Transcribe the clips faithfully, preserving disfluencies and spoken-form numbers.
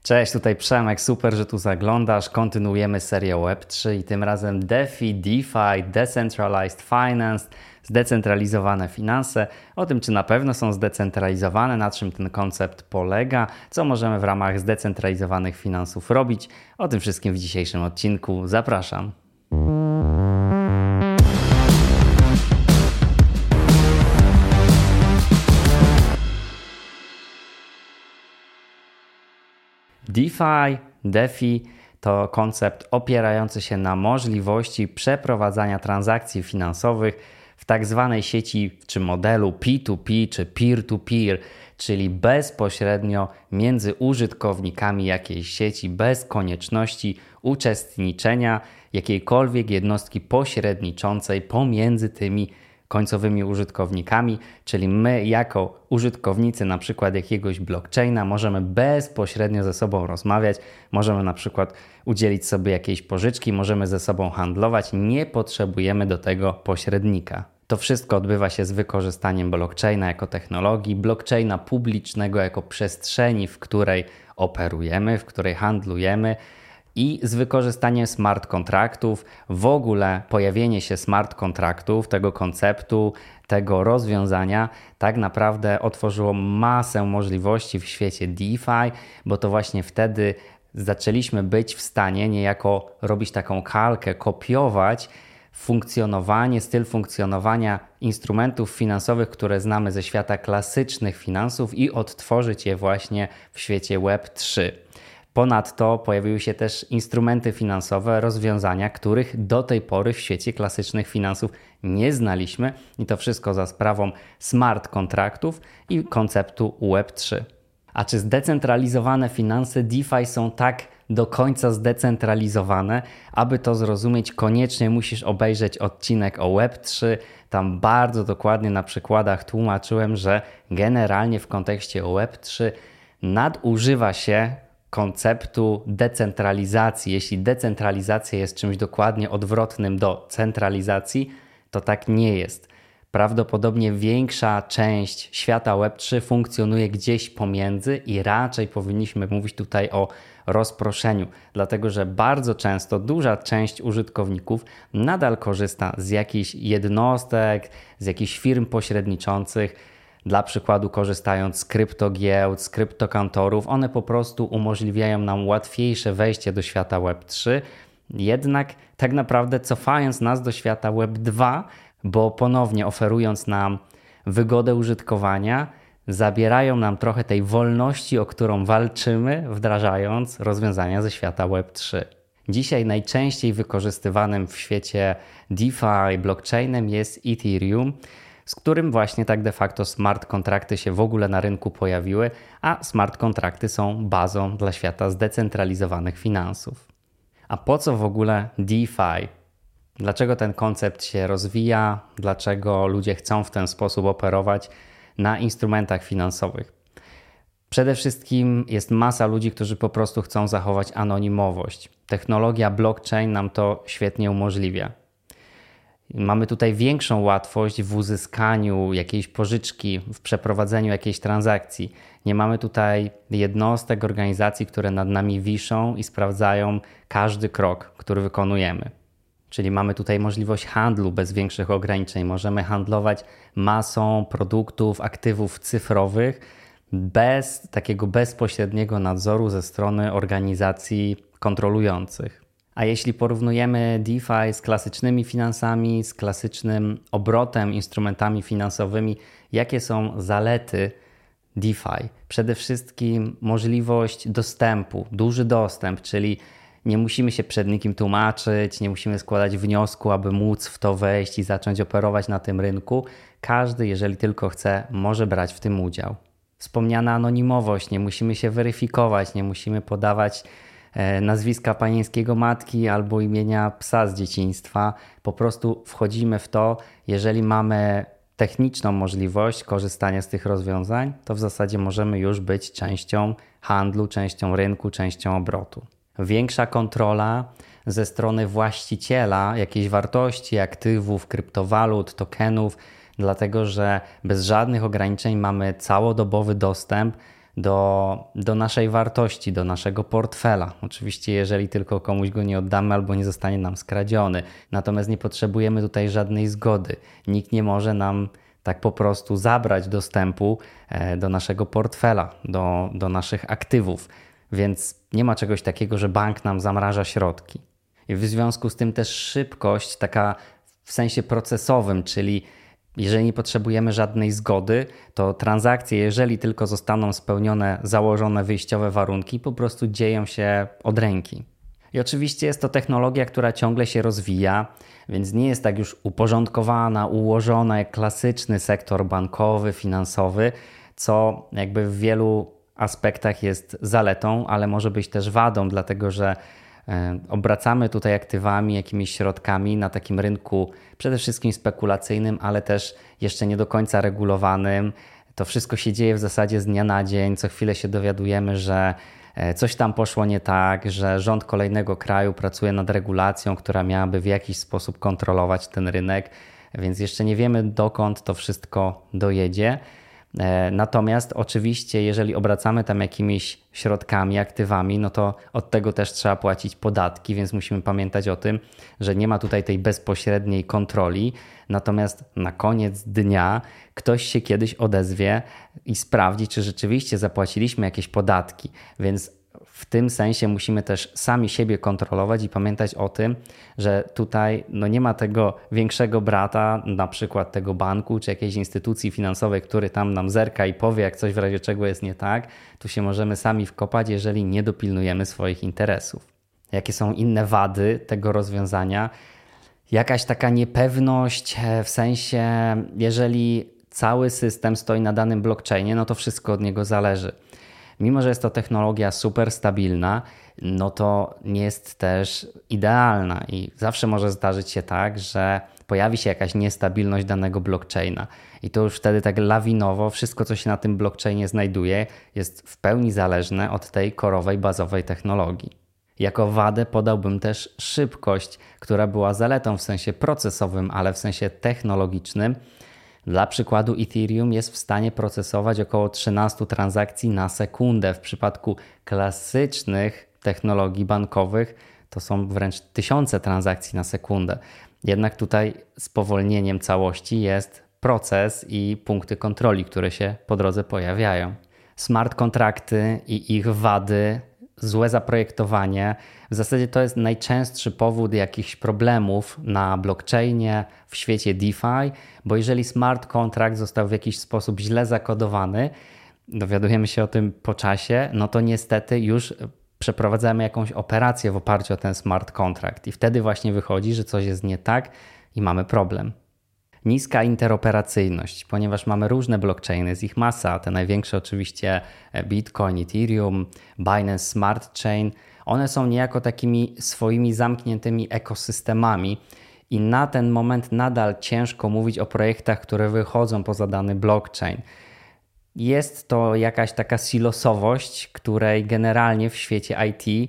Cześć, tutaj Przemek, super, że tu zaglądasz. Kontynuujemy serię Web trzy i tym razem DeFi, DeFi, Decentralized Finance, zdecentralizowane finanse. O tym, czy na pewno są zdecentralizowane, na czym ten koncept polega, co możemy w ramach zdecentralizowanych finansów robić. O tym wszystkim w dzisiejszym odcinku. Zapraszam. DeFi, DeFi to koncept opierający się na możliwości przeprowadzania transakcji finansowych w tak zwanej sieci czy modelu P dwa P czy peer-to-peer, czyli bezpośrednio między użytkownikami jakiejś sieci, bez konieczności uczestniczenia jakiejkolwiek jednostki pośredniczącej pomiędzy tymi końcowymi użytkownikami, czyli my jako użytkownicy na przykład jakiegoś blockchaina możemy bezpośrednio ze sobą rozmawiać, możemy na przykład udzielić sobie jakiejś pożyczki, możemy ze sobą handlować, nie potrzebujemy do tego pośrednika. To wszystko odbywa się z wykorzystaniem blockchaina jako technologii, blockchaina publicznego jako przestrzeni, w której operujemy, w której handlujemy, i z wykorzystaniem smart kontraktów. W ogóle pojawienie się smart kontraktów, tego konceptu, tego rozwiązania tak naprawdę otworzyło masę możliwości w świecie DeFi, bo to właśnie wtedy zaczęliśmy być w stanie niejako robić taką kalkę, kopiować funkcjonowanie, styl funkcjonowania instrumentów finansowych, które znamy ze świata klasycznych finansów i odtworzyć je właśnie w świecie Web trzy. Ponadto pojawiły się też instrumenty finansowe, rozwiązania, których do tej pory w świecie klasycznych finansów nie znaliśmy i to wszystko za sprawą smart kontraktów i konceptu Web trzy. A czy zdecentralizowane finanse DeFi są tak do końca zdecentralizowane? Aby to zrozumieć, koniecznie musisz obejrzeć odcinek o Web trzy. Tam bardzo dokładnie na przykładach tłumaczyłem, że generalnie w kontekście Web trzy nadużywa się konceptu decentralizacji. Jeśli decentralizacja jest czymś dokładnie odwrotnym do centralizacji, to tak nie jest. Prawdopodobnie większa część świata Web trzy funkcjonuje gdzieś pomiędzy i raczej powinniśmy mówić tutaj o rozproszeniu, dlatego że bardzo często duża część użytkowników nadal korzysta z jakichś jednostek, z jakichś firm pośredniczących. Dla przykładu korzystając z kryptogiełd, z kryptokantorów, one po prostu umożliwiają nam łatwiejsze wejście do świata Web trzy, jednak tak naprawdę cofając nas do świata Web dwa, bo ponownie oferując nam wygodę użytkowania, zabierają nam trochę tej wolności, o którą walczymy, wdrażając rozwiązania ze świata Web trzy. Dzisiaj najczęściej wykorzystywanym w świecie DeFi blockchainem jest Ethereum, z którym właśnie tak de facto smart kontrakty się w ogóle na rynku pojawiły, a smart kontrakty są bazą dla świata zdecentralizowanych finansów. A po co w ogóle DeFi? Dlaczego ten koncept się rozwija? Dlaczego ludzie chcą w ten sposób operować na instrumentach finansowych? Przede wszystkim jest masa ludzi, którzy po prostu chcą zachować anonimowość. Technologia blockchain nam to świetnie umożliwia. Mamy tutaj większą łatwość w uzyskaniu jakiejś pożyczki, w przeprowadzeniu jakiejś transakcji. Nie mamy tutaj jednostek, organizacji, które nad nami wiszą i sprawdzają każdy krok, który wykonujemy. Czyli mamy tutaj możliwość handlu bez większych ograniczeń. Możemy handlować masą produktów, aktywów cyfrowych bez takiego bezpośredniego nadzoru ze strony organizacji kontrolujących. A jeśli porównujemy DeFi z klasycznymi finansami, z klasycznym obrotem, instrumentami finansowymi, jakie są zalety DeFi? Przede wszystkim możliwość dostępu, duży dostęp, czyli nie musimy się przed nikim tłumaczyć, nie musimy składać wniosku, aby móc w to wejść i zacząć operować na tym rynku. Każdy, jeżeli tylko chce, może brać w tym udział. Wspomniana anonimowość, nie musimy się weryfikować, nie musimy podawać nazwiska panieńskiego matki albo imienia psa z dzieciństwa. Po prostu wchodzimy w to, jeżeli mamy techniczną możliwość korzystania z tych rozwiązań, to w zasadzie możemy już być częścią handlu, częścią rynku, częścią obrotu. Większa kontrola ze strony właściciela jakiejś wartości, aktywów, kryptowalut, tokenów, dlatego że bez żadnych ograniczeń mamy całodobowy dostęp do, do naszej wartości, do naszego portfela. Oczywiście, jeżeli tylko komuś go nie oddamy albo nie zostanie nam skradziony. Natomiast nie potrzebujemy tutaj żadnej zgody. Nikt nie może nam tak po prostu zabrać dostępu do naszego portfela, do, do naszych aktywów. Więc nie ma czegoś takiego, że bank nam zamraża środki. I w związku z tym też szybkość taka w sensie procesowym, czyli jeżeli nie potrzebujemy żadnej zgody, to transakcje, jeżeli tylko zostaną spełnione założone wyjściowe warunki, po prostu dzieją się od ręki. I oczywiście jest to technologia, która ciągle się rozwija, więc nie jest tak już uporządkowana, ułożona jak klasyczny sektor bankowy, finansowy, co jakby w wielu aspektach jest zaletą, ale może być też wadą, dlatego że obracamy tutaj aktywami, jakimiś środkami na takim rynku przede wszystkim spekulacyjnym, ale też jeszcze nie do końca regulowanym. To wszystko się dzieje w zasadzie z dnia na dzień. Co chwilę się dowiadujemy, że coś tam poszło nie tak, że rząd kolejnego kraju pracuje nad regulacją, która miałaby w jakiś sposób kontrolować ten rynek, więc jeszcze nie wiemy, dokąd to wszystko dojedzie. Natomiast oczywiście, jeżeli obracamy tam jakimiś środkami, aktywami, no to od tego też trzeba płacić podatki, więc musimy pamiętać o tym, że nie ma tutaj tej bezpośredniej kontroli. Natomiast na koniec dnia ktoś się kiedyś odezwie i sprawdzi, czy rzeczywiście zapłaciliśmy jakieś podatki, więc w tym sensie musimy też sami siebie kontrolować i pamiętać o tym, że tutaj no nie ma tego większego brata, na przykład tego banku czy jakiejś instytucji finansowej, który tam nam zerka i powie, jak coś w razie czego jest nie tak. Tu się możemy sami wkopać, jeżeli nie dopilnujemy swoich interesów. Jakie są inne wady tego rozwiązania? Jakaś taka niepewność w sensie, jeżeli cały system stoi na danym blockchainie, no to wszystko od niego zależy. Mimo że jest to technologia super stabilna, no to nie jest też idealna i zawsze może zdarzyć się tak, że pojawi się jakaś niestabilność danego blockchaina i to już wtedy tak lawinowo wszystko, co się na tym blockchainie znajduje, jest w pełni zależne od tej korowej, bazowej technologii. Jako wadę podałbym też szybkość, która była zaletą w sensie procesowym, ale w sensie technologicznym. Dla przykładu Ethereum jest w stanie procesować około trzynaście transakcji na sekundę. W przypadku klasycznych technologii bankowych to są wręcz tysiące transakcji na sekundę. Jednak tutaj spowolnieniem całości jest proces i punkty kontroli, które się po drodze pojawiają. Smart kontrakty i ich wady, złe zaprojektowanie. W zasadzie to jest najczęstszy powód jakichś problemów na blockchainie, w świecie DeFi, bo jeżeli smart contract został w jakiś sposób źle zakodowany, dowiadujemy się o tym po czasie, no to niestety już przeprowadzamy jakąś operację w oparciu o ten smart contract i wtedy właśnie wychodzi, że coś jest nie tak i mamy problem. Niska interoperacyjność, ponieważ mamy różne blockchainy, jest ich masa, te największe oczywiście Bitcoin, Ethereum, Binance Smart Chain, one są niejako takimi swoimi zamkniętymi ekosystemami i na ten moment nadal ciężko mówić o projektach, które wychodzą poza dany blockchain. Jest to jakaś taka silosowość, której generalnie w świecie I T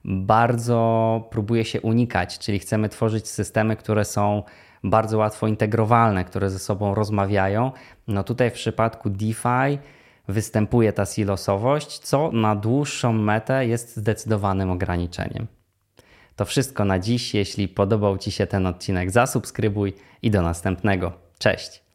bardzo próbuje się unikać, czyli chcemy tworzyć systemy, które są bardzo łatwo integrowalne, które ze sobą rozmawiają. No tutaj w przypadku DeFi występuje ta silosowość, co na dłuższą metę jest zdecydowanym ograniczeniem. To wszystko na dziś. Jeśli podobał Ci się ten odcinek, zasubskrybuj i do następnego. Cześć!